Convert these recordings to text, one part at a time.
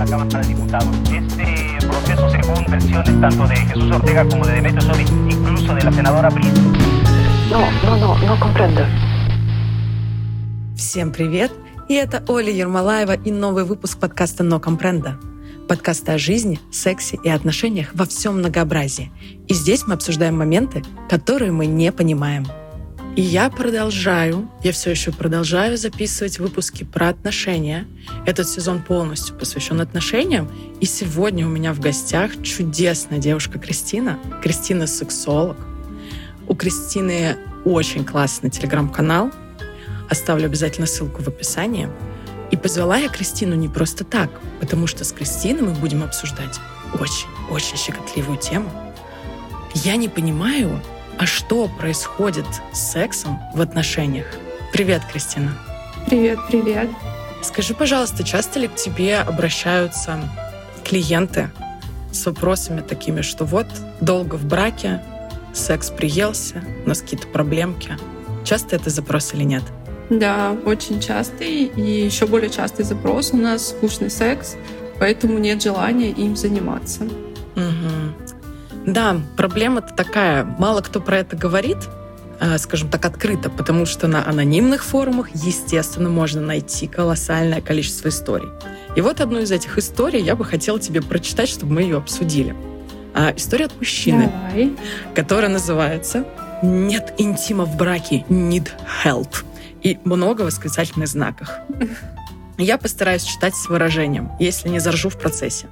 la Cámara de Diputados. Este proceso, según versiones tanto de Jesús Ortega como de Demetrio Sodi, incluso de la senadora Briz. No comprendo. Всем привет! И это Оля Ермолаева и новый выпуск подкаста «Но компрендо». Подкаста о жизни, сексе и отношениях во всем многообразии. И здесь мы обсуждаем моменты, которые мы не понимаем. И я все еще продолжаю записывать выпуски про отношения. Этот сезон полностью посвящен отношениям. И сегодня у меня в гостях чудесная девушка Кристина. Кристина — сексолог. У Кристины очень классный телеграм-канал. Оставлю обязательно ссылку в описании. И позвала я Кристину не просто так, потому что с Кристиной мы будем обсуждать очень щекотливую тему. Я не понимаю, а что происходит с сексом в отношениях? Привет, Кристина. Привет. Скажи, пожалуйста, часто ли к тебе обращаются клиенты с вопросами такими, что вот долго в браке, секс приелся, у нас какие-то проблемки? Часто это запрос или нет? Да, очень частый, и еще более частый запрос у нас — скучный секс, поэтому нет желания им заниматься. Угу. Да, проблема-то такая. Мало кто про это говорит, скажем так, открыто, потому что на анонимных форумах, естественно, можно найти колоссальное количество историй. И вот одну из этих историй я бы хотела тебе прочитать, чтобы мы ее обсудили. История от мужчины, Давай. которая называется «Нет интима в браке, need help». И много восклицательных знаков. Я постараюсь читать с выражением, если не заржу в процессе.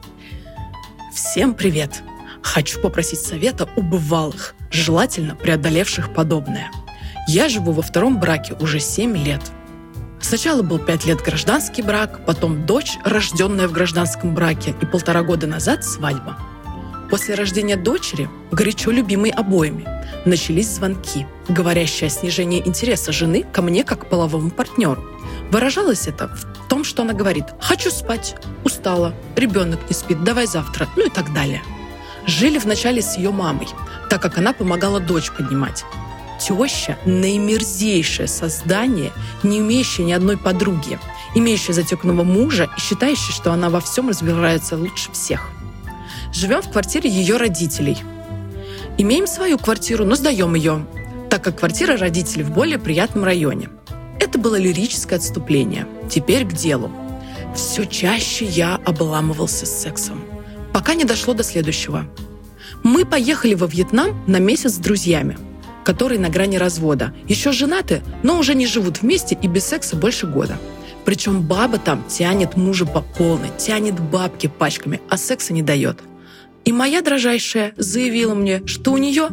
Всем привет! Хочу попросить совета у бывалых, желательно преодолевших подобное. Я живу во втором браке уже 7 лет. Сначала был 5 лет гражданский брак, потом дочь, рожденная в гражданском браке, и 1,5 года назад свадьба. После рождения дочери, горячо любимой обоими, начались звонки, говорящие о снижении интереса жены ко мне как к половому партнеру. Выражалось это в том, что она говорит: «Хочу спать, устала, ребенок не спит, давай завтра», ну и так далее. Жили вначале с ее мамой, так как она помогала дочь поднимать. Теща — наимерзейшее создание, не имеющее ни одной подруги, имеющее затеканного мужа и считающее, что она во всем разбирается лучше всех. Живем в квартире ее родителей. Имеем свою квартиру, но сдаем ее, так как квартира родителей в более приятном районе. Это было лирическое отступление. Теперь к делу. Все чаще я обламывался с сексом, пока не дошло до следующего. Мы поехали во Вьетнам на месяц с друзьями, которые на грани развода. Еще женаты, но уже не живут вместе и без секса больше года. Причем баба там тянет мужа по полной, тянет бабки пачками, а секса не дает. И моя дрожайшая заявила мне, что у нее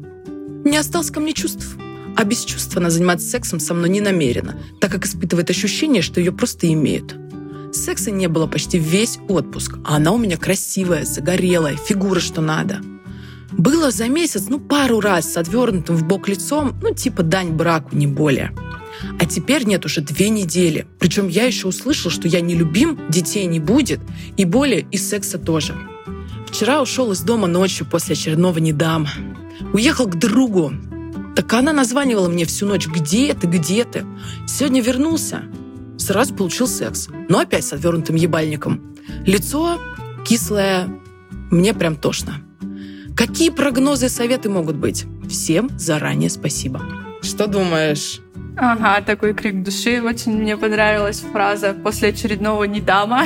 не осталось ко мне чувств. А без чувств она заниматься сексом со мной не намерена, так как испытывает ощущение, что ее просто имеют. Секса не было почти весь отпуск, а она у меня красивая, загорелая, фигура что надо. Было за месяц, пару раз с отвернутым в бок лицом, типа дань браку, не более. А теперь нет уже 2 недели. Причем я еще услышала, что я не любим, детей не будет, и более, и секса тоже. Вчера ушел из дома ночью после очередного недам. Уехал к другу. Так она названивала мне всю ночь: «Где ты? Сегодня вернулся». Сразу получил секс, но опять с отвернутым ебальником. Лицо кислое, мне прям тошно. Какие прогнозы и советы могут быть? Всем заранее спасибо. Что думаешь? Ага, такой крик души. Очень мне понравилась фраза «после очередного недама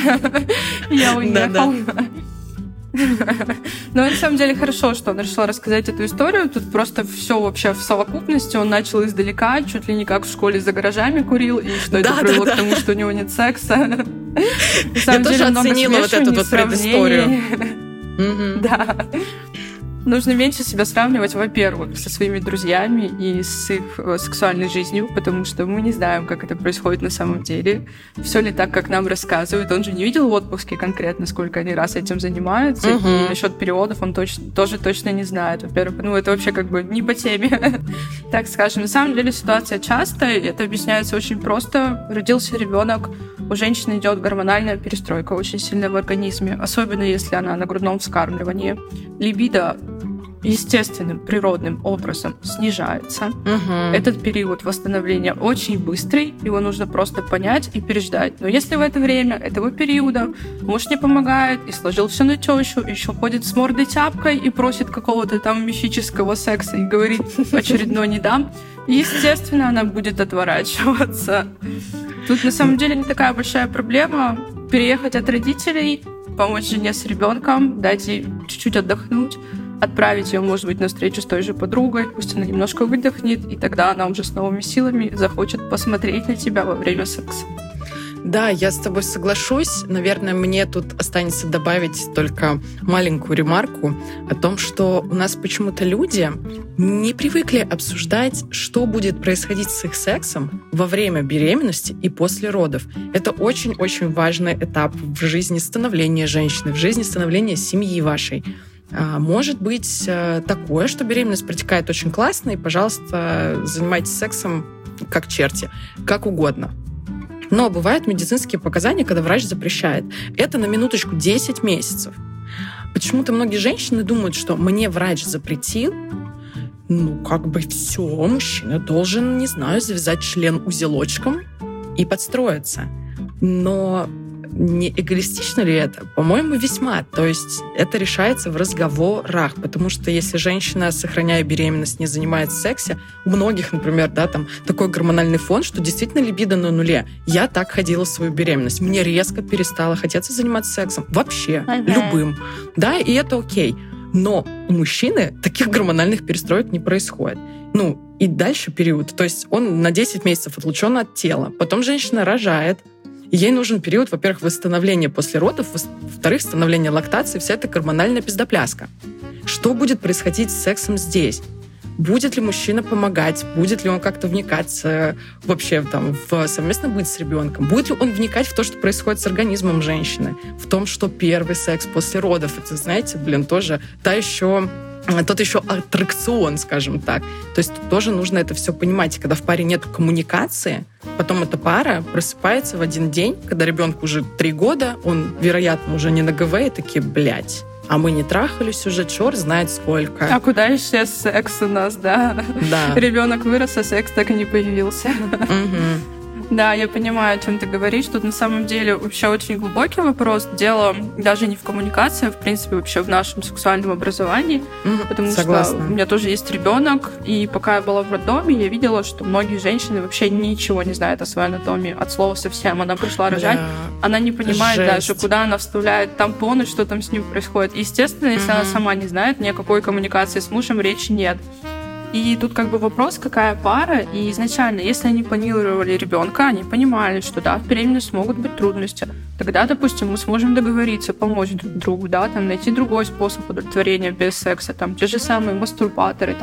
я уехал». Но на самом деле хорошо, что он решил рассказать эту историю. Тут просто все вообще в совокупности. Он начал издалека, чуть ли не как в школе за гаражами курил, и что это привело к тому, что у него нет секса. Я тоже оценила вот эту вот предысторию. Да. Нужно меньше себя сравнивать, во-первых, со своими друзьями и с их сексуальной жизнью, потому что мы не знаем, как это происходит на самом деле. Все ли так, как нам рассказывают. Он же не видел в отпуске конкретно, сколько они раз этим занимаются. И насчет периодов он тоже точно не знает. Во-первых, это вообще не по теме, так скажем. На самом деле ситуация частая, и это объясняется очень просто. Родился ребенок, у женщины идет гормональная перестройка очень сильная в организме, особенно если она на грудном вскармливании. Либидо естественным, природным образом снижается. Угу. Этот период восстановления очень быстрый, его нужно просто понять и переждать. Но если в это время этого периода муж не помогает и сложил все на тещу, еще ходит с мордой тяпкой и просит какого-то там мифического секса и говорит очередной не дам, естественно, она будет отворачиваться. Тут на самом деле не такая большая проблема. Переехать от родителей, помочь жене с ребенком, дать ей чуть-чуть отдохнуть, отправить ее, может быть, на встречу с той же подругой, пусть она немножко выдохнет, и тогда она уже с новыми силами захочет посмотреть на тебя во время секса. Да, я с тобой соглашусь. Наверное, мне тут останется добавить только маленькую ремарку о том, что у нас почему-то люди не привыкли обсуждать, что будет происходить с их сексом во время беременности и после родов. Это очень-очень важный этап в жизни становления женщины, в жизни становления семьи вашей. Может быть такое, что беременность протекает очень классно, и, пожалуйста, занимайтесь сексом как черти, как угодно. Но бывают медицинские показания, когда врач запрещает. Это на минуточку 10 месяцев. Почему-то многие женщины думают, что мне врач запретил, как бы все, мужчина должен, не знаю, завязать член узелочком и подстроиться. Но не эгоистично ли это? По-моему, весьма. То есть это решается в разговорах, потому что если женщина, сохраняя беременность, не занимается сексом, у многих, например, там такой гормональный фон, что действительно либидо на нуле. Я так ходила в свою беременность. Мне резко перестало хотеться заниматься сексом. Вообще. Любым. Да, и это окей. Но у мужчины таких гормональных перестроек не происходит. И дальше период. То есть он на 10 месяцев отлучен от тела. Потом женщина рожает. И ей нужен период, во-первых, восстановления после родов, во-вторых, становления лактации, вся эта гормональная пиздопляска. Что будет происходить с сексом здесь? Будет ли мужчина помогать? Будет ли он как-то вникать вообще в совместный быт с ребенком? Будет ли он вникать в то, что происходит с организмом женщины? В том, что первый секс после родов, это, знаете, тоже тот еще аттракцион, скажем так. То есть тут тоже нужно это все понимать. И когда в паре нет коммуникации, потом эта пара просыпается в один день, когда ребенку уже 3 года, он, вероятно, уже не на ГВ, и такие, блядь, а мы не трахались уже, черт знает сколько. А куда исчез секс у нас, да? Да. Ребенок вырос, а секс так и не появился. Да, я понимаю, о чем ты говоришь. Тут на самом деле вообще очень глубокий вопрос. Дело даже не в коммуникации, а в принципе вообще в нашем сексуальном образовании. Потому Согласна. что у меня тоже есть ребенок, и пока я была в роддоме, я видела, что многие женщины вообще ничего не знают о своей анатомии. От слова совсем. Она пришла рожать, она не понимает даже, куда она вставляет тампоны, что там с ним происходит. Естественно, если она сама не знает, ни о какой коммуникации с мужем речи нет. И тут вопрос, какая пара. И изначально, если они планировали ребенка, они понимали, что да, в беременности могут быть трудности. Тогда, допустим, мы сможем договориться, помочь друг другу, найти другой способ удовлетворения без секса. Те же самые мастурбаторы,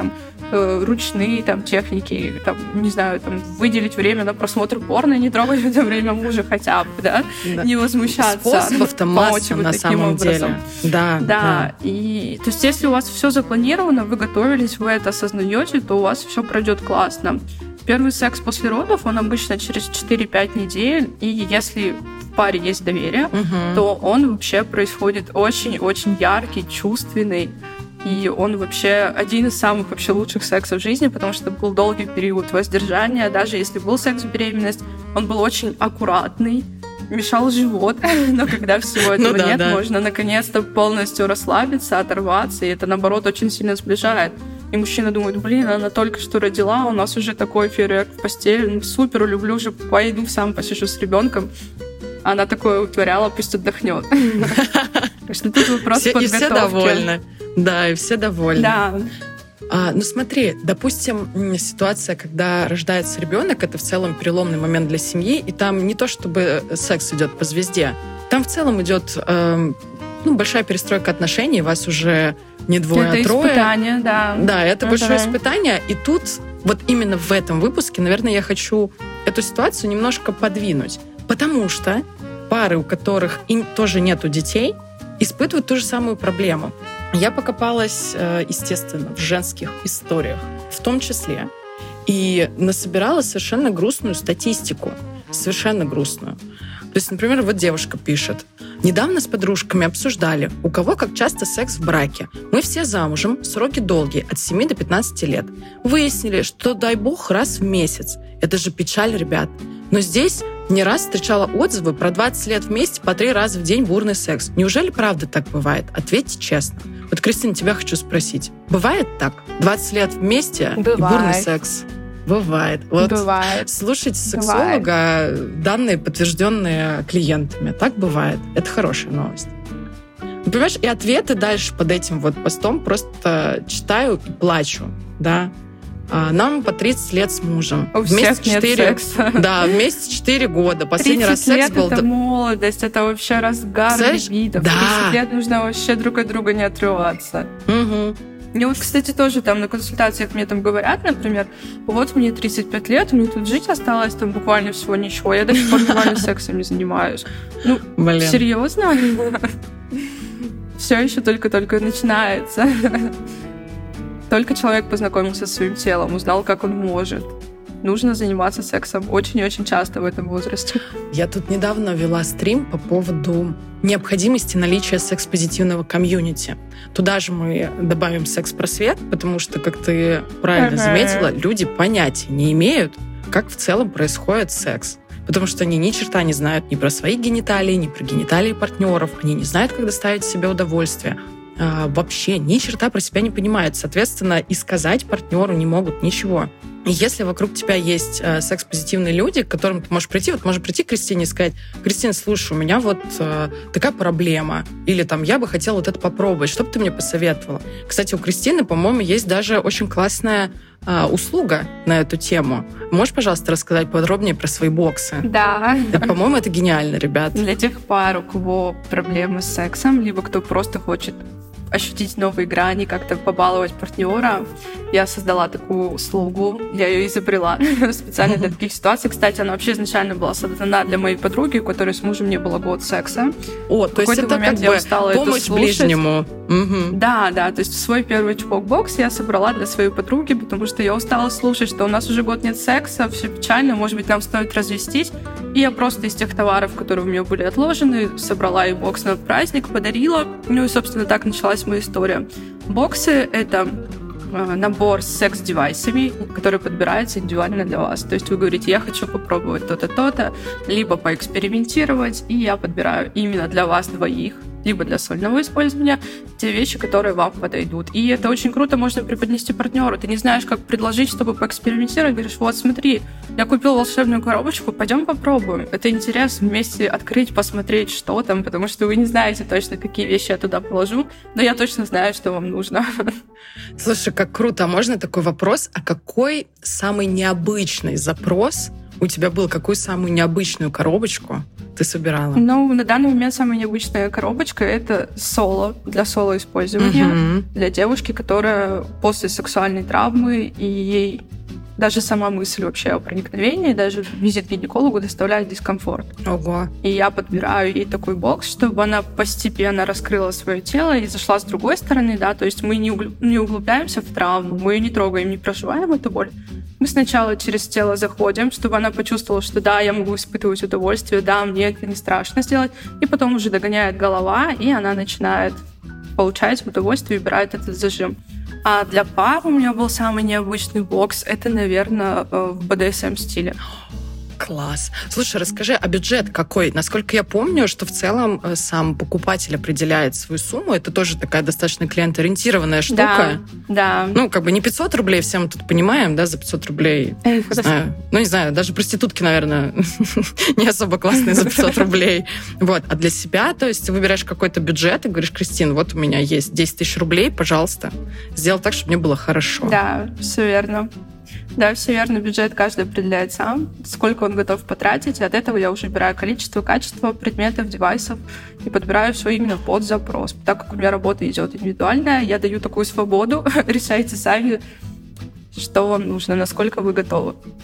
ручные техники, не знаю, выделить время на просмотр порно, не трогать в это время мужа хотя бы, да? Не возмущаться. Способов-то масса на самом деле. Да. И то есть, если у вас все запланировано, вы готовились, вы это осознаете, то у вас все пройдет классно. Первый секс после родов, он обычно через 4-5 недель, и если в паре есть доверие, то он вообще происходит очень-очень яркий, чувственный, и он вообще один из самых вообще лучших сексов в жизни, потому что был долгий период воздержания, даже если был секс в беременность, он был очень аккуратный, мешал живот, но когда всего этого нет, можно наконец-то полностью расслабиться, оторваться, и это, наоборот, очень сильно сближает. И мужчина думает, она только что родила, у нас уже такой фейерверк в постели, супер, люблю, уже пойду сам посижу с ребенком. Она такое утворяла, пусть отдохнет. Так что тут вопрос подготовки. И все довольны. Да, и все довольны. Да. Смотри, допустим, ситуация, когда рождается ребенок, это в целом переломный момент для семьи, и там не то, чтобы секс идет по звезде, там в целом идет большая перестройка отношений, вас уже не двое, а трое. Это испытание, да. Да, это большое испытание, и тут именно в этом выпуске, наверное, я хочу эту ситуацию немножко подвинуть, потому что пары, у которых им тоже нету детей, испытывают ту же самую проблему. Я покопалась, естественно, в женских историях, в том числе, и насобирала совершенно грустную статистику. Совершенно грустную. То есть, например, вот девушка пишет. Недавно с подружками обсуждали, у кого как часто секс в браке. Мы все замужем, сроки долгие, от 7 до 15 лет. Выяснили, что, дай бог, раз в месяц. Это же печаль, ребят. Но здесь не раз встречала отзывы про 20 лет вместе по 3 раза в день бурный секс. Неужели правда так бывает? Ответьте честно. Вот, Кристина, тебя хочу спросить. Бывает так? 20 лет вместе и бурный секс? Бывает. Вот Бывает. Слушайте сексолога, данные, подтвержденные клиентами. Так бывает. Это хорошая новость. Ну, понимаешь, и ответы дальше под этим вот постом просто читаю и плачу, да. Нам по 30 лет с мужем. У вместе всех нет секса. Да, вместе 4 года. Последний раз секс лет был... это молодость, это вообще разгар либидо. Да. 30 лет нужно вообще друг от друга не отрываться. Угу. И вот, кстати, тоже там на консультациях мне там говорят, например, вот мне 35 лет, мне тут жить осталось там буквально всего ничего, я до сих пор нормально сексом не занимаюсь. Ну, Блин. Серьезно? Все еще только-только начинается. Только человек познакомился со своим телом, узнал, как он может. Нужно заниматься сексом очень-очень часто в этом возрасте. Я тут недавно вела стрим по поводу необходимости наличия секс-позитивного комьюнити. Туда же мы добавим секс-просвет, потому что, как ты правильно заметила, люди понятия не имеют, как в целом происходит секс. Потому что они ни черта не знают ни про свои гениталии, ни про гениталии партнеров, они не знают, как доставить себе удовольствие. Вообще ни черта про себя не понимают. Соответственно, и сказать партнеру не могут ничего. И если вокруг тебя есть секс-позитивные люди, к которым ты можешь прийти, вот можешь прийти к Кристине и сказать: Кристина, слушай, у меня вот такая проблема, или там я бы хотела вот это попробовать, что бы ты мне посоветовала? Кстати, у Кристины, по-моему, есть даже очень классная услуга на эту тему. Можешь, пожалуйста, рассказать подробнее про свои боксы? Да. По-моему, это гениально, ребят. Для тех пар, у кого проблемы с сексом, либо кто просто хочет ощутить новые грани, как-то побаловать партнера, я создала такую услугу, я ее изобрела специально для таких ситуаций. Кстати, она вообще изначально была создана для моей подруги, у которой с мужем не было год секса. О, то есть это как бы помощь ближнему. Да, то есть свой первый чпок-бокс я собрала для своей подруги, потому что я устала слушать, что у нас уже год нет секса, все печально, может быть, нам стоит развестись. И я просто из тех товаров, которые у меня были отложены, собрала ей бокс на праздник, подарила. Ну и, собственно, так началась моя история. Боксы — это набор с секс-девайсами, который подбирается индивидуально для вас. То есть вы говорите: я хочу попробовать то-то, то-то, либо поэкспериментировать, и я подбираю именно для вас двоих, либо для сольного использования, те вещи, которые вам подойдут. И это очень круто можно преподнести партнеру. Ты не знаешь, как предложить, чтобы поэкспериментировать. Говоришь: вот смотри, я купил волшебную коробочку, пойдем попробуем. Это интересно вместе открыть, посмотреть, что там, потому что вы не знаете точно, какие вещи я туда положу, но я точно знаю, что вам нужно. Слушай, как круто. А можно такой вопрос? А какой самый необычный запрос у тебя был? Какую самую необычную коробочку ты собирала? Ну, на данный момент самая необычная коробочка — это соло, для соло-использования, для девушки, которая после сексуальной травмы, и ей даже сама мысль вообще о проникновении, даже визит к гинекологу доставляет дискомфорт. Ого. И я подбираю ей такой бокс, чтобы она постепенно раскрыла свое тело и зашла с другой стороны, да, то есть мы не углубляемся в травму, мы ее не трогаем, не проживаем эту боль. Мы сначала через тело заходим, чтобы она почувствовала, что да, я могу испытывать удовольствие, да, мне это не страшно сделать, и потом уже догоняет голова, и она начинает получать удовольствие и убирает этот зажим. А для пар у меня был самый необычный бокс. Это, наверное, в BDSM-стиле. Класс. Слушай, расскажи, а бюджет какой? Насколько я помню, что в целом сам покупатель определяет свою сумму. Это тоже такая достаточно клиентоориентированная штука. Да. Ну, как бы не 500 рублей, все мы тут понимаем, да, за 500 рублей. Не знаю, даже проститутки, наверное, не особо классные за 500 рублей. Вот. А для себя, то есть ты выбираешь какой-то бюджет и говоришь: Кристин, вот у меня есть 10 тысяч рублей, пожалуйста, сделай так, чтобы мне было хорошо. Да, все верно. Да, все верно, бюджет каждый определяет сам, сколько он готов потратить, и от этого я уже выбираю количество, качество предметов, девайсов и подбираю все именно под запрос. Так как у меня работа идет индивидуальная, я даю такую свободу, решайте сами, что вам нужно, насколько вы готовы.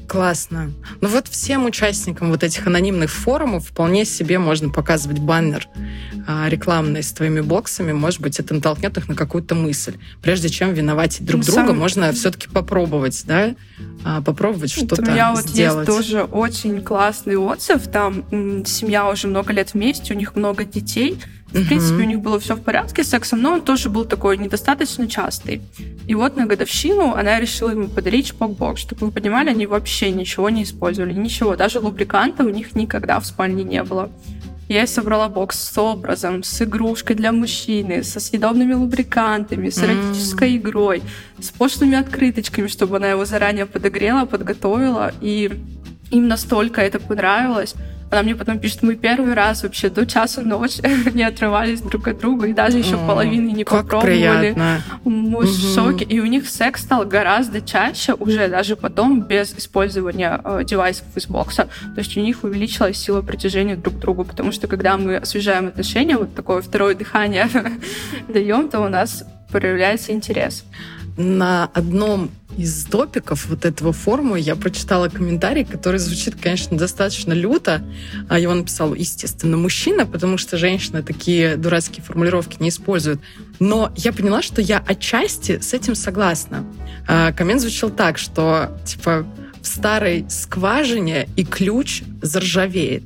Классно. Ну вот всем участникам вот этих анонимных форумов вполне себе можно показывать баннер рекламный с твоими боксами. Может быть, это натолкнет их на какую-то мысль. Прежде чем виноватить друг друга, можно все-таки попробовать, да? Попробовать что-то сделать. У меня вот есть тоже очень классный отзыв. Там семья уже много лет вместе, у них много детей. В принципе, у них было все в порядке с сексом, но он тоже был такой недостаточно частый. И вот на годовщину она решила ему подарить шпок-бокс. Чтобы вы понимали, они вообще ничего не использовали. Ничего. Даже лубриканта у них никогда в спальне не было. Я ей собрала бокс с образом, с игрушкой для мужчины, со съедобными лубрикантами, с эротической игрой, с пошлыми открыточками, чтобы она его заранее подогрела, подготовила. И им настолько это понравилось. Она мне потом пишет, мы первый раз вообще до часу ночи не отрывались друг от друга и даже еще половины не попробовали. Приятно. Мы в шоке. И у них секс стал гораздо чаще уже даже потом без использования девайсов из бокса. То есть у них увеличилась сила притяжения друг к другу, потому что когда мы освежаем отношения, вот такое второе дыхание даем, то у нас проявляется интерес. На одном из топиков вот этого форума я прочитала комментарий, который звучит, конечно, достаточно люто. Его написал, естественно, мужчина, потому что женщины такие дурацкие формулировки не используют. Но я поняла, что я отчасти с этим согласна. Коммент звучал так, что типа в старой скважине и ключ заржавеет.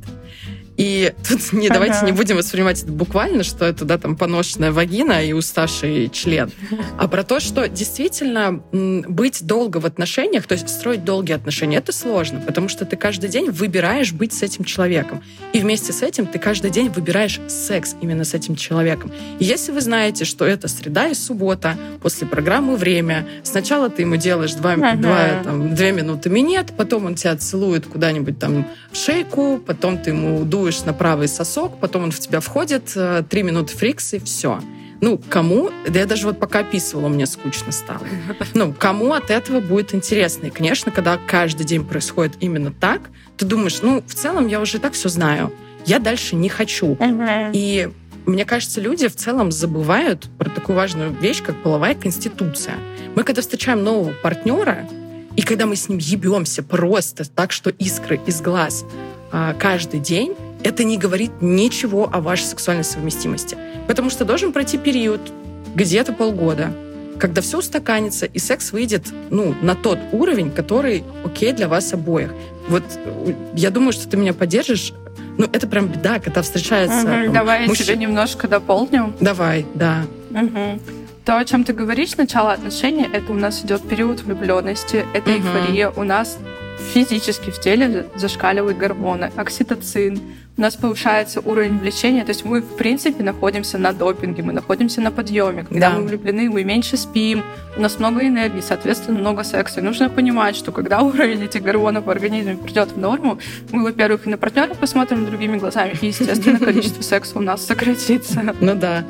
И тут давайте не будем воспринимать это буквально, что это, да, там, поношенная вагина и уставший член, а про то, что действительно быть долго в отношениях, то есть строить долгие отношения, это сложно, потому что ты каждый день выбираешь быть с этим человеком. И вместе с этим ты каждый день выбираешь секс именно с этим человеком. И если вы знаете, что это среда и суббота, после программы «Время», сначала ты ему делаешь 2 минуты минет, потом он тебя целует куда-нибудь там в шейку, потом ты ему дуешь на правый сосок, потом он в тебя входит, 3 минуты фрикс, и все. Ну, кому... Да я даже вот пока описывала, мне скучно стало. Ну, кому от этого будет интересно? И, конечно, когда каждый день происходит именно так, ты думаешь, ну, в целом я уже так все знаю. Я дальше не хочу. И мне кажется, люди в целом забывают про такую важную вещь, как половая конституция. Мы, когда встречаем нового партнера, и когда мы с ним ебемся просто так, что искры из глаз каждый день, это не говорит ничего о вашей сексуальной совместимости. Потому что должен пройти период, где-то полгода, когда все устаканится, и секс выйдет, ну, на тот уровень, который окей для вас обоих. Вот я думаю, что ты меня поддержишь. Ну, это прям беда, когда встречается... Давай я тебе немножко дополню. Давай, да. То, о чем ты говоришь, начало отношений, это у нас идет период влюбленности, это эйфория. У нас физически в теле зашкаливают гормоны, окситоцин, у нас повышается уровень влечения, то есть мы, в принципе, находимся на допинге, мы находимся на подъеме. Когда мы влюблены, мы меньше спим, у нас много энергии, соответственно, много секса. И нужно понимать, что когда уровень этих гормонов в организме придет в норму, мы, во-первых, и на партнера посмотрим другими глазами, и, естественно, количество секса у нас сократится. Ну да.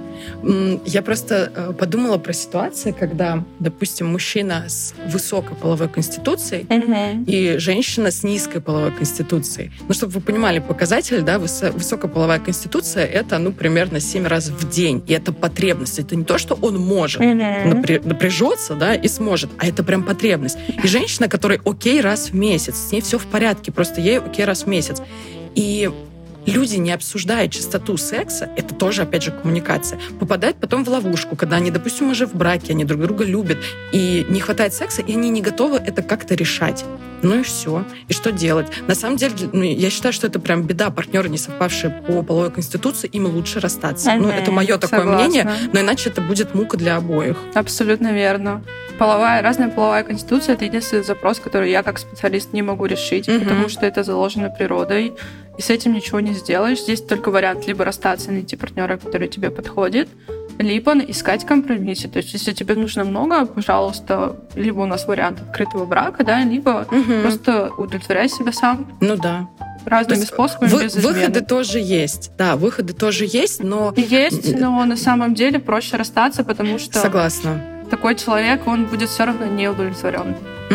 Я просто подумала про ситуацию, когда, допустим, мужчина с высокой половой конституцией и женщина с низкой половой конституцией. Ну, чтобы вы понимали показатель, да, высокая половая конституция — это, ну, примерно 7 раз в день. И это потребность. Это не то, что он может напряжется, да, и сможет, а это прям потребность. И женщина, которой окей раз в месяц, с ней все в порядке, просто ей окей раз в месяц. И люди, не обсуждая частоту секса, это тоже, опять же, коммуникация, попадают потом в ловушку, когда они, допустим, уже в браке, они друг друга любят, и не хватает секса, и они не готовы это как-то решать. Ну и все. И что делать? На самом деле, я считаю, что это прям беда. Партнеры, не совпавшие по половой конституции, им лучше расстаться. Ну, это мое такое мнение, но иначе это будет мука для обоих. Абсолютно верно. Разная половая конституция — это единственный запрос, который я как специалист не могу решить, потому что это заложено природой, и с этим ничего не сделаешь. Здесь только вариант либо расстаться, найти партнера, который тебе подходит, либо искать компромиссы. То есть, если тебе нужно много, пожалуйста, либо у нас вариант открытого брака, да, либо просто удовлетворяй себя сам. Ну да. Разными способами, без измены. Выходы тоже есть. Да, выходы тоже есть, но... Есть, но на самом деле проще расстаться, потому что... Согласна. Такой человек, он будет все равно не удовлетворен.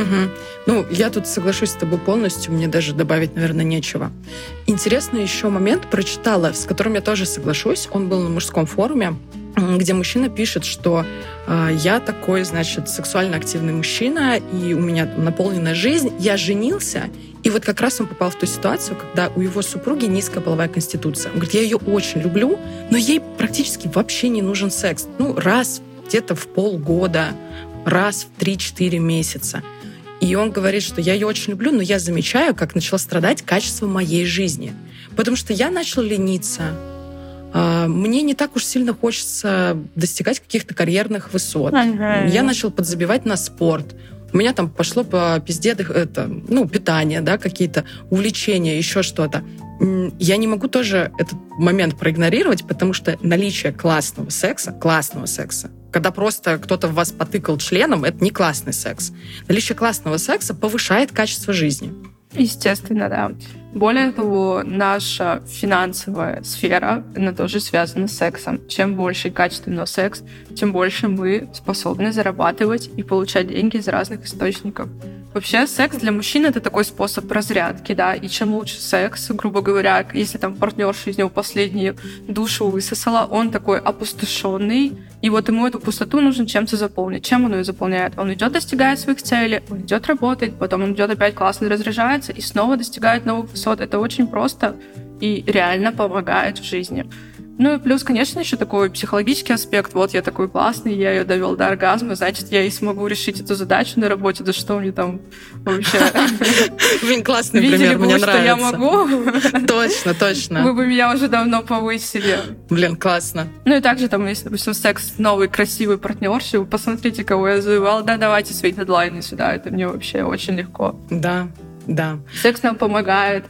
Ну, я тут соглашусь с тобой полностью, мне даже добавить, наверное, нечего. Интересный еще момент прочитала, с которым я тоже соглашусь. Он был на мужском форуме. где мужчина пишет, что я такой, значит, сексуально активный мужчина, и у меня там наполненная жизнь, я женился, и вот как раз он попал в ту ситуацию, когда у его супруги низкая половая конституция. Он говорит, я ее очень люблю, но ей практически вообще не нужен секс. Раз где-то в полгода, раз в 3-4 месяца. И он говорит, что я ее очень люблю, но я замечаю, как начало страдать качество моей жизни. Потому что я начал лениться, мне не так уж сильно хочется достигать каких-то карьерных высот. Я начал подзабивать на спорт. У меня там пошло по пизде питание, да, какие-то увлечения, еще что-то. Я не могу тоже этот момент проигнорировать, потому что наличие классного секса, когда просто кто-то в вас потыкал членом, это не классный секс. Наличие классного секса повышает качество жизни. Естественно, да. Более того, наша финансовая сфера, она тоже связана с сексом. Чем больше качественного секс, тем больше мы способны зарабатывать и получать деньги из разных источников. Вообще, секс для мужчин — это такой способ разрядки, да, и чем лучше секс, грубо говоря, если там партнерша из него последнюю душу высосала, он такой опустошенный, и вот ему эту пустоту нужно чем-то заполнить. Чем он ее заполняет? Он идет, достигает своих целей, он идет работать, потом он идет опять классно разряжается и снова достигает новых высот. Это очень просто и реально помогает в жизни. Ну и плюс, конечно, еще такой психологический аспект. Вот я такой классный, я ее довел до оргазма, значит, я и смогу решить эту задачу на работе. Да что мне там вообще... Блин, классный пример, мне нравится. Что я могу? Точно. Вы бы меня уже давно повысили. Блин, классно. Ну и также там, если, допустим, секс с новой красивой партнершей, вы посмотрите, кого я завоевала. Да, давайте свои дедлайны сюда. Это мне вообще очень легко. Да. Секс нам помогает.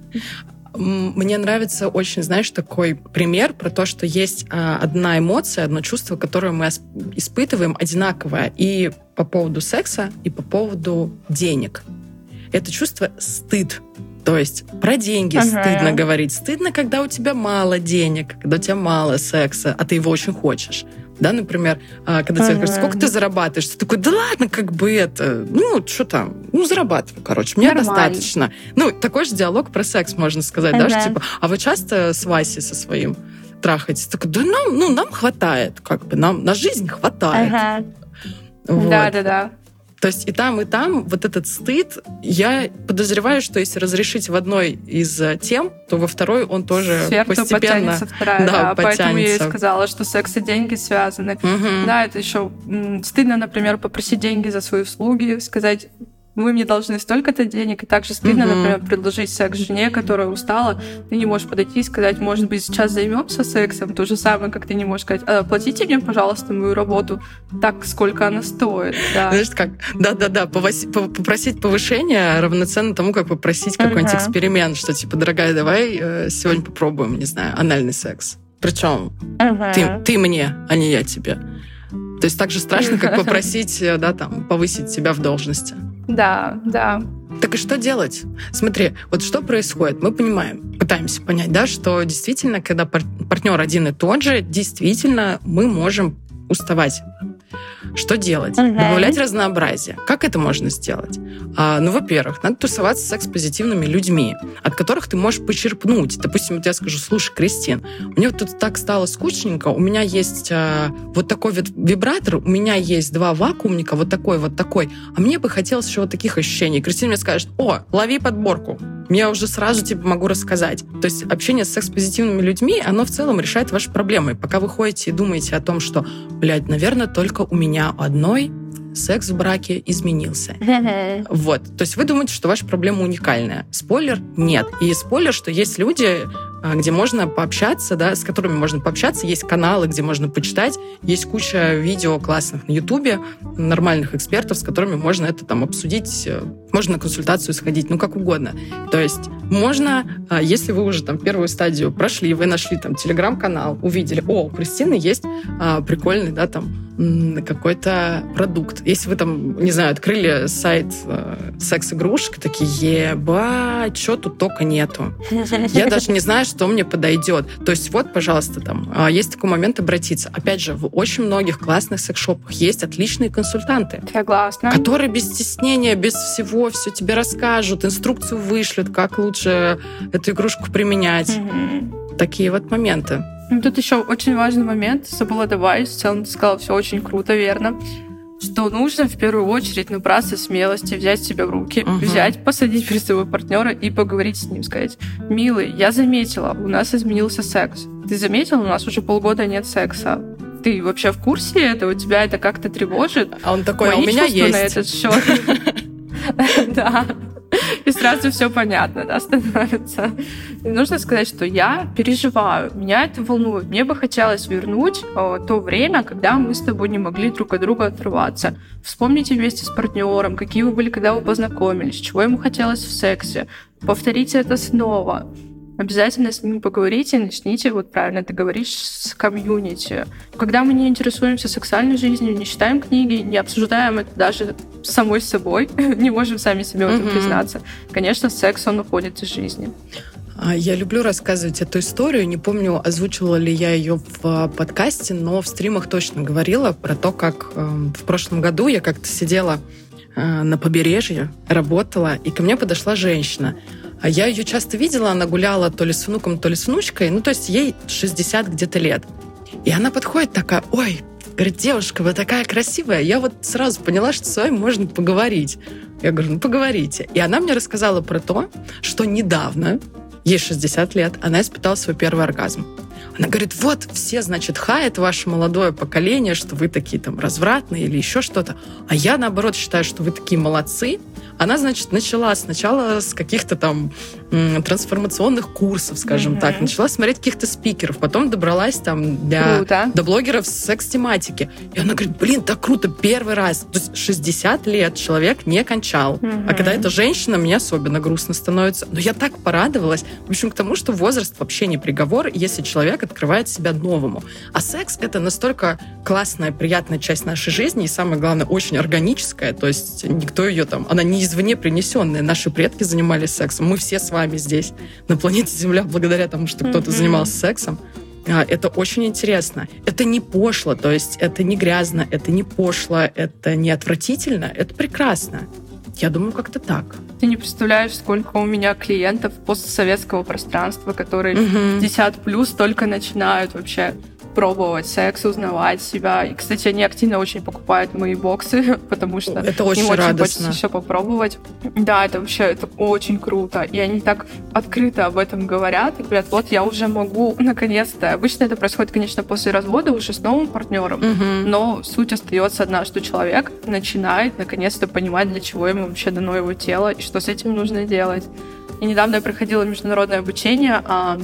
Мне нравится очень, знаешь, такой пример про то, что есть одна эмоция, одно чувство, которое мы испытываем одинаковое и по поводу секса, и по поводу денег. Это чувство стыд. То есть про деньги стыдно говорить. Стыдно, когда у тебя мало денег, когда у тебя мало секса, а ты его очень хочешь. Да, например, когда тебе говорят, сколько ты зарабатываешь, ты такой, да ладно, как бы это, что там, зарабатываю, короче, мне достаточно. Такой же диалог про секс, можно сказать, да, что типа, а вы часто с Васей со своим трахаетесь? Такой, да нам хватает, как бы, нам на жизнь хватает. Вот. Да. То есть и там вот этот стыд, я подозреваю, что если разрешить в одной из тем, то во второй он тоже постепенно потянется вторая, да, поэтому я и сказала, что секс и деньги связаны. Да, это еще стыдно, например, попросить деньги за свои услуги, сказать, вы мне должны столько-то денег, и также стыдно, например, предложить секс жене, которая устала, ты не можешь подойти и сказать, может быть, сейчас займемся сексом, то же самое, как ты не можешь сказать, платите мне, пожалуйста, мою работу так, сколько она стоит. Да. Знаешь, как? Да, попросить повышение равноценно тому, как попросить какой-нибудь эксперимент, что типа, дорогая, давай сегодня попробуем, не знаю, анальный секс. Причем ты мне, а не я тебе. То есть так же страшно, как попросить, да, там, повысить себя в должности. Да. Так и что делать? Смотри, вот что происходит? Мы понимаем, пытаемся понять, да, что действительно, когда партнер один и тот же, действительно мы можем уставать. Что делать? Добавлять разнообразие. Как это можно сделать? Во-первых, надо тусоваться с секс-позитивными людьми, от которых ты можешь почерпнуть. Допустим, вот я скажу, слушай, Кристин, мне вот тут так стало скучненько, у меня есть вот такой вот вибратор, у меня есть 2 вакуумника, вот такой, а мне бы хотелось еще вот таких ощущений. Кристина мне скажет, лови подборку. Я уже сразу тебе могу рассказать. То есть общение с секс-позитивными людьми, оно в целом решает ваши проблемы. Пока вы ходите и думаете о том, что, наверное, только у меня одной секс в браке изменился. Вот. То есть вы думаете, что ваша проблема уникальная. Спойлер — нет. И спойлер, что есть люди, где можно пообщаться, да, с которыми можно пообщаться, есть каналы, где можно почитать, есть куча видео классных на Ютубе, нормальных экспертов, с которыми можно это там обсудить, можно на консультацию сходить, как угодно. То есть можно, если вы уже там первую стадию прошли, вы нашли там телеграм-канал, увидели, у Кристины есть прикольный, да, там, какой-то продукт. Если вы там, не знаю, открыли сайт секс-игрушек, такие, ебать, что тут только нету. Я даже не знаю, что мне подойдет. То есть вот, пожалуйста, там есть такой момент обратиться. Опять же, в очень многих классных секс-шопах есть отличные консультанты. Согласна. Которые без стеснения, без всего, все тебе расскажут, инструкцию вышлют, как лучше эту игрушку применять. Такие вот моменты. Тут еще очень важный момент, забыла добавить, в целом ты сказала все очень круто, верно, что нужно в первую очередь набраться смелости, взять себя в руки, взять, посадить перед собой партнера и поговорить с ним, сказать: милый, я заметила, у нас изменился секс. Ты заметил, у нас уже полгода нет секса. Ты вообще в курсе этого? Тебя это как-то тревожит? А он такой: Мои у меня чувства есть. на этот счет. Да. И сразу все понятно, да, становится. И нужно сказать, что я переживаю, меня это волнует. Мне бы хотелось вернуть то время, когда мы с тобой не могли друг от друга отрываться. Вспомните вместе с партнером, какие вы были, когда вы познакомились, чего ему хотелось в сексе. Повторите это снова. Обязательно с ним поговорите, начните, вот правильно ты говоришь, с комьюнити. Когда мы не интересуемся сексуальной жизнью, не читаем книги, не обсуждаем это даже с самой собой, не можем сами себе в этом признаться, конечно, секс, он уходит из жизни. Я люблю рассказывать эту историю. Не помню, озвучивала ли я ее в подкасте, но в стримах точно говорила про то, как в прошлом году я как-то сидела на побережье, работала, и ко мне подошла женщина. А я ее часто видела, она гуляла то ли с внуком, то ли с внучкой, ну, то есть ей 60 где-то лет. И она подходит такая: ой, говорит, девушка, вы такая красивая. Я вот сразу поняла, что с вами можно поговорить. Я говорю: ну, поговорите. И она мне рассказала про то, что недавно, ей 60 лет, она испытала свой первый оргазм. Она говорит: вот, все, значит, хаят ваше молодое поколение, что вы такие там развратные или еще что-то. А я, наоборот, считаю, что вы такие молодцы. Она, значит, начала сначала с каких-то там трансформационных курсов, скажем так. Начала смотреть каких-то спикеров. Потом добралась там до блогеров с секс-тематики. И она говорит: блин, так круто, первый раз. То есть 60 лет человек не кончал. А когда это женщина, мне особенно грустно становится. Но я так порадовалась. В общем, к тому, что возраст вообще не приговор, если человек открывает себя новому. А секс — это настолько классная, приятная часть нашей жизни, и самое главное, очень органическая. То есть никто ее там... Она не извне принесенная. Наши предки занимались сексом. Мы все с вами здесь, на планете Земля, благодаря тому, что кто-то занимался сексом. Это очень интересно. Это не пошло, то есть это не грязно, это не пошло, это не отвратительно, это прекрасно. Я думаю, как-то так. Ты не представляешь, сколько у меня клиентов постсоветского пространства, которые 50+ только начинают вообще пробовать секс, узнавать себя. И, кстати, они активно очень покупают мои боксы, потому что это очень им очень радостно. хочется еще попробовать. Да, это вообще это очень круто. И они так открыто об этом говорят и говорят: вот я уже могу наконец-то. Обычно это происходит, конечно, после развода уже с новым партнером, но суть остается одна, что человек начинает наконец-то понимать, для чего ему вообще дано его тело и что с этим нужно делать. И недавно я проходила международное обучение,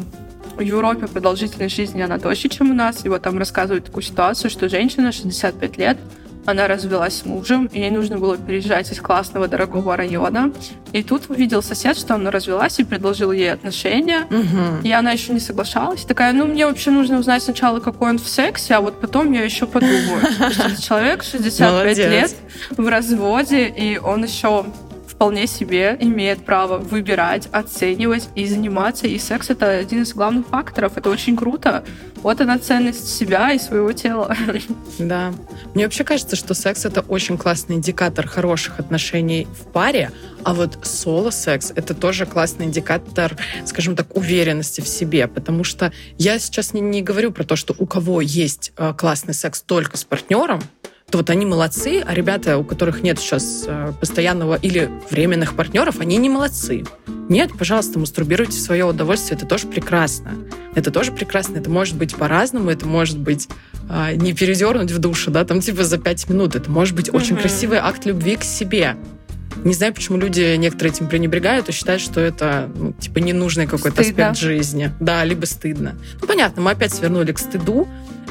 в Европе продолжительность жизни, она дольше, чем у нас. И вот там рассказывают такую ситуацию, что женщина 65 лет, она развелась с мужем, и ей нужно было переезжать из классного дорогого района. И тут увидел сосед, что она развелась, и предложил ей отношения. И она еще не соглашалась. Такая: ну, мне вообще нужно узнать сначала, какой он в сексе, а вот потом я еще подумаю. Человек 65 лет в разводе, и он еще вполне себе имеет право выбирать, оценивать и заниматься. И секс — это один из главных факторов. Это очень круто. Вот она, ценность себя и своего тела. Да. Мне вообще кажется, что секс — это очень классный индикатор хороших отношений в паре, а вот соло-секс — это тоже классный индикатор, скажем так, уверенности в себе, потому что я сейчас не говорю про то, что у кого есть классный секс только с партнером, то вот они молодцы, а ребята, у которых нет сейчас постоянного или временных партнеров, они не молодцы. Нет, пожалуйста, мастурбируйте в свое удовольствие, это тоже прекрасно. Это тоже прекрасно, это может быть по-разному, это может быть не передернуть в душе, да, там типа за 5 минут, это может быть очень красивый акт любви к себе. Не знаю, почему люди некоторые этим пренебрегают и считают, что это, ну, типа, ненужный какой-то аспект жизни. Да, либо стыдно. Ну, понятно, мы опять свернули к стыду.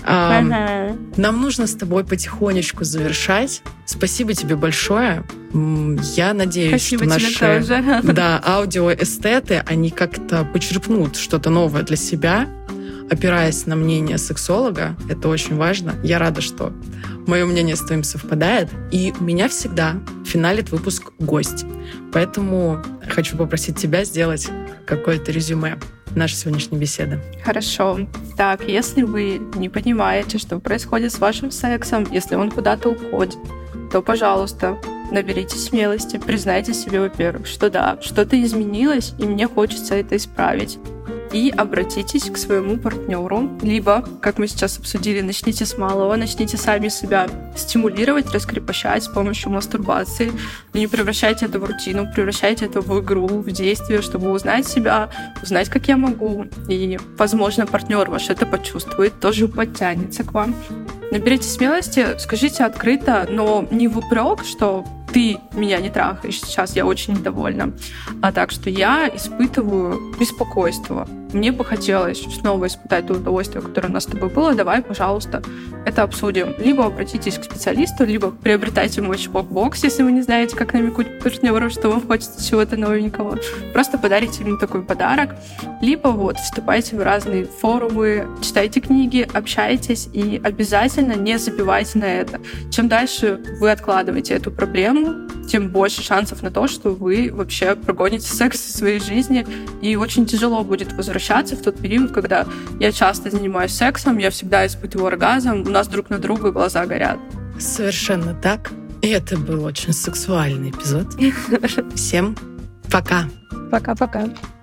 Нам нужно с тобой потихонечку завершать. Спасибо тебе большое. Я надеюсь, что наши аудиоэстеты, они как-то почерпнут что-то новое для себя, опираясь на мнение сексолога. Это очень важно. Я рада, что мое мнение с твоим совпадает. И у меня всегда финалит выпуск гость. Поэтому хочу попросить тебя сделать какое-то резюме нашей сегодняшней беседы. Хорошо. Так, если вы не понимаете, что происходит с вашим сексом, если он куда-то уходит, то, пожалуйста, наберите смелости, признайте себе, во-первых, что да, что-то изменилось, и мне хочется это исправить. и обратитесь к своему партнеру. Либо, как мы сейчас обсудили, начните с малого, начните сами себя стимулировать, раскрепощать с помощью мастурбации. Но не превращайте это в рутину, превращайте это в игру, в действие, чтобы узнать себя, узнать, как я могу. И, возможно, партнер ваш это почувствует, тоже подтянется к вам. Наберите смелости, скажите открыто, но не в упрек, что ты меня не трахаешь сейчас, я очень недовольна, а так, что я испытываю беспокойство. Мне бы хотелось снова испытать то удовольствие, которое у нас с тобой было. Давай, пожалуйста, это обсудим. Либо обратитесь к специалисту, либо приобретайте мой чпок-бокс, если вы не знаете, как намекнуть партнеру, что вам хочется чего-то новенького. Просто подарите ему такой подарок. Либо вступайте в разные форумы, читайте книги, общайтесь и обязательно не забивайте на это. Чем дальше вы откладываете эту проблему, тем больше шансов на то, что вы вообще прогоните секс в своей жизни, и очень тяжело будет возвращаться в тот период, когда я часто занимаюсь сексом, я всегда испытываю оргазм, у нас друг на друга глаза горят. Совершенно так. И это был очень сексуальный эпизод. Всем пока. Пока-пока.